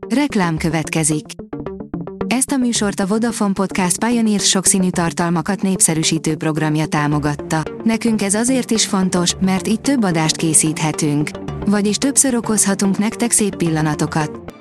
Reklám következik. Ezt a műsort a Vodafone Podcast Pioneer sokszínű tartalmakat népszerűsítő programja támogatta. Nekünk ez azért is fontos, mert így több adást készíthetünk. Vagyis többször okozhatunk nektek szép pillanatokat.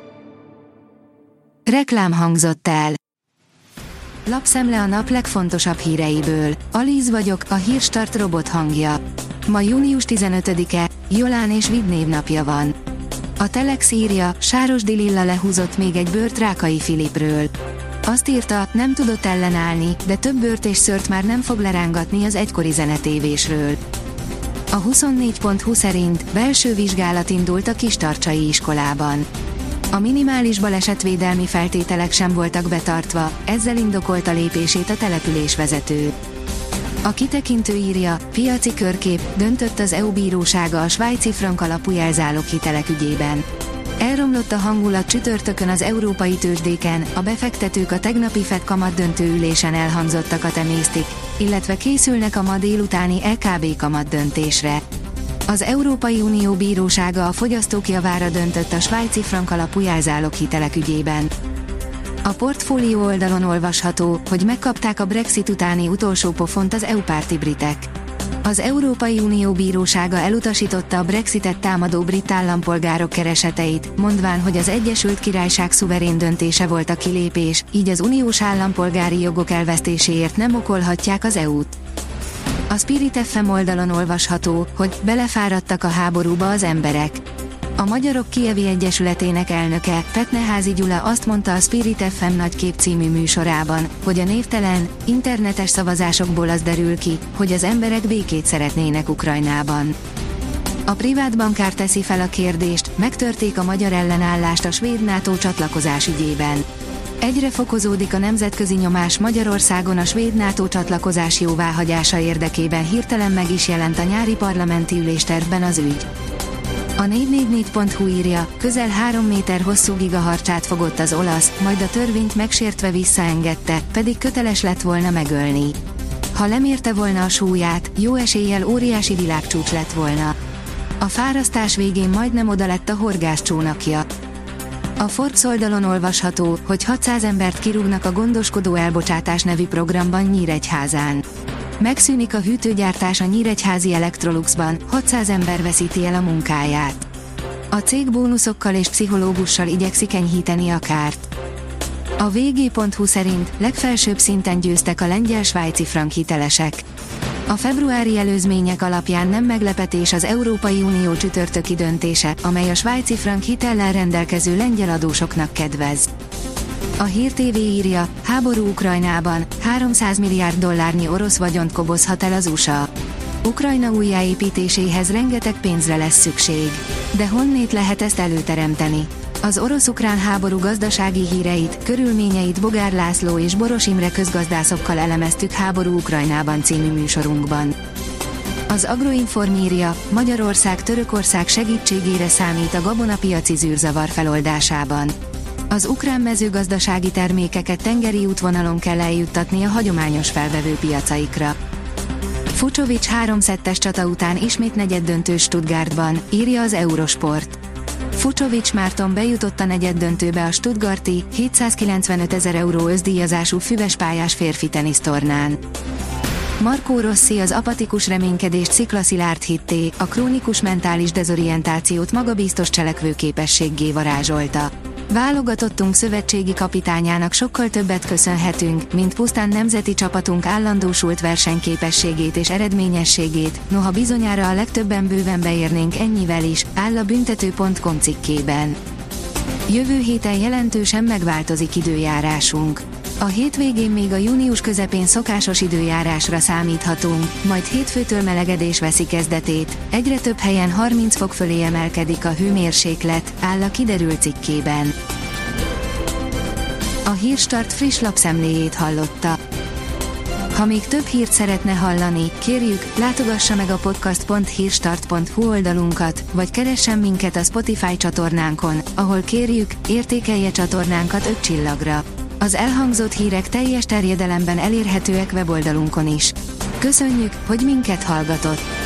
Reklám hangzott el. Lapszemle a nap legfontosabb híreiből. Alíz vagyok, a Hírstart robot hangja. Ma június 15-e, Jolán és Vid névnapja van. A Telex írja, Sárosdi Lilla lehúzott még egy bőrt Rákai Filipről. Azt írta, nem tudott ellenállni, de több bőrt és szőrt már nem fog lerángatni az egykori zenetévésről. A 24.hu szerint belső vizsgálat indult a Kistarcsai iskolában. A minimális balesetvédelmi feltételek sem voltak betartva, ezzel indokolta lépését a településvezető. A kitekintő írja, piaci körkép, döntött az EU bírósága a svájci frank alapú jelzáloghitelek ügyében. Elromlott a hangulat csütörtökön az európai tőzsdéken, a befektetők a tegnapi Fed kamatdöntő ülésen elhangzottakat emésztik, illetve készülnek a ma délutáni EKB kamatdöntésre. Az Európai Unió bírósága a fogyasztók javára döntött a svájci frank alapú jelzáloghitelek ügyében. A portfólió oldalon olvasható, hogy megkapták a Brexit utáni utolsó pofont az EU-párti britek. Az Európai Unió bírósága elutasította a Brexitet támadó brit állampolgárok kereseteit, mondván, hogy az Egyesült Királyság szuverén döntése volt a kilépés, így az uniós állampolgári jogok elvesztéséért nem okolhatják az EU-t. A Spirit FM oldalon olvasható, hogy belefáradtak a háborúba az emberek. A Magyarok Kijevi Egyesületének elnöke, Petneházy Gyula azt mondta a Spirit FM Nagykép című műsorában, hogy a névtelen, internetes szavazásokból az derül ki, hogy az emberek békét szeretnének Ukrajnában. A privát bankár teszi fel a kérdést, megtörték a magyar ellenállást a svéd NATO csatlakozás ügyében. Egyre fokozódik a nemzetközi nyomás Magyarországon a svéd NATO csatlakozás jóváhagyása érdekében, hirtelen meg is jelent a nyári parlamenti üléstervben az ügy. A 444.hu írja, közel 3 méter hosszú gigaharcsát fogott az olasz, majd a törvényt megsértve visszaengedte, pedig köteles lett volna megölni. Ha lemérte volna a súlyát, jó eséllyel óriási világcsúcs lett volna. A fárasztás végén majdnem oda lett a horgász csónakja. A Forbes oldalon olvasható, hogy 600 embert kirúgnak a Gondoskodó Elbocsátás nevű programban Nyíregyházán. Megszűnik a hűtőgyártás a nyíregyházi Electroluxban, 600 ember veszíti el a munkáját. A cég bónuszokkal és pszichológussal igyekszik enyhíteni a kárt. A vg.hu szerint legfelsőbb szinten győztek a lengyel-svájci frank hitelesek. A februári előzmények alapján nem meglepetés az Európai Unió csütörtöki döntése, amely a svájci frank hitellel rendelkező lengyel adósoknak kedvez. A Hír TV írja, háború Ukrajnában, 300 milliárd dollárnyi orosz vagyont kobozhat el az USA. Ukrajna újjáépítéséhez rengeteg pénzre lesz szükség. De honnét lehet ezt előteremteni? Az orosz-ukrán háború gazdasági híreit, körülményeit Bogár László és Boros Imre közgazdászokkal elemeztük Háború Ukrajnában című műsorunkban. Az Agroinform írja, Magyarország Törökország segítségére számít a gabonapiaci zűrzavar feloldásában. Az ukrán mezőgazdasági termékeket tengeri útvonalon kell eljuttatni a hagyományos felvevő piacaikra. Fucsovics 3 szettes csata után ismét negyeddöntő Stuttgartban, írja az Eurosport. Fucsovics Márton bejutott a negyeddöntőbe a stuttgarti, 795 000 euró összdíjazású füvespályás férfi tenisztornán. Marco Rossi az apatikus reménykedést sziklaszilárd hitté, a krónikus mentális dezorientációt magabiztos cselekvőképességgé varázsolta. Válogatottunk szövetségi kapitányának sokkal többet köszönhetünk, mint pusztán nemzeti csapatunk állandósult versenyképességét és eredményességét, noha bizonyára a legtöbben bőven beérnénk ennyivel is, áll a büntető.com cikkében. Jövő héten jelentősen megváltozik időjárásunk. A hétvégén még a június közepén szokásos időjárásra számíthatunk, majd hétfőtől melegedés veszi kezdetét, egyre több helyen 30 fok fölé emelkedik a hőmérséklet, áll a kiderült cikkében. A Hírstart friss lapszemléjét hallotta. Ha még több hírt szeretne hallani, kérjük, látogassa meg a podcast.hírstart.hu oldalunkat, vagy keressen minket a Spotify csatornánkon, ahol kérjük, értékelje csatornánkat 5 csillagra. Az elhangzott hírek teljes terjedelemben elérhetőek weboldalunkon is. Köszönjük, hogy minket hallgatott!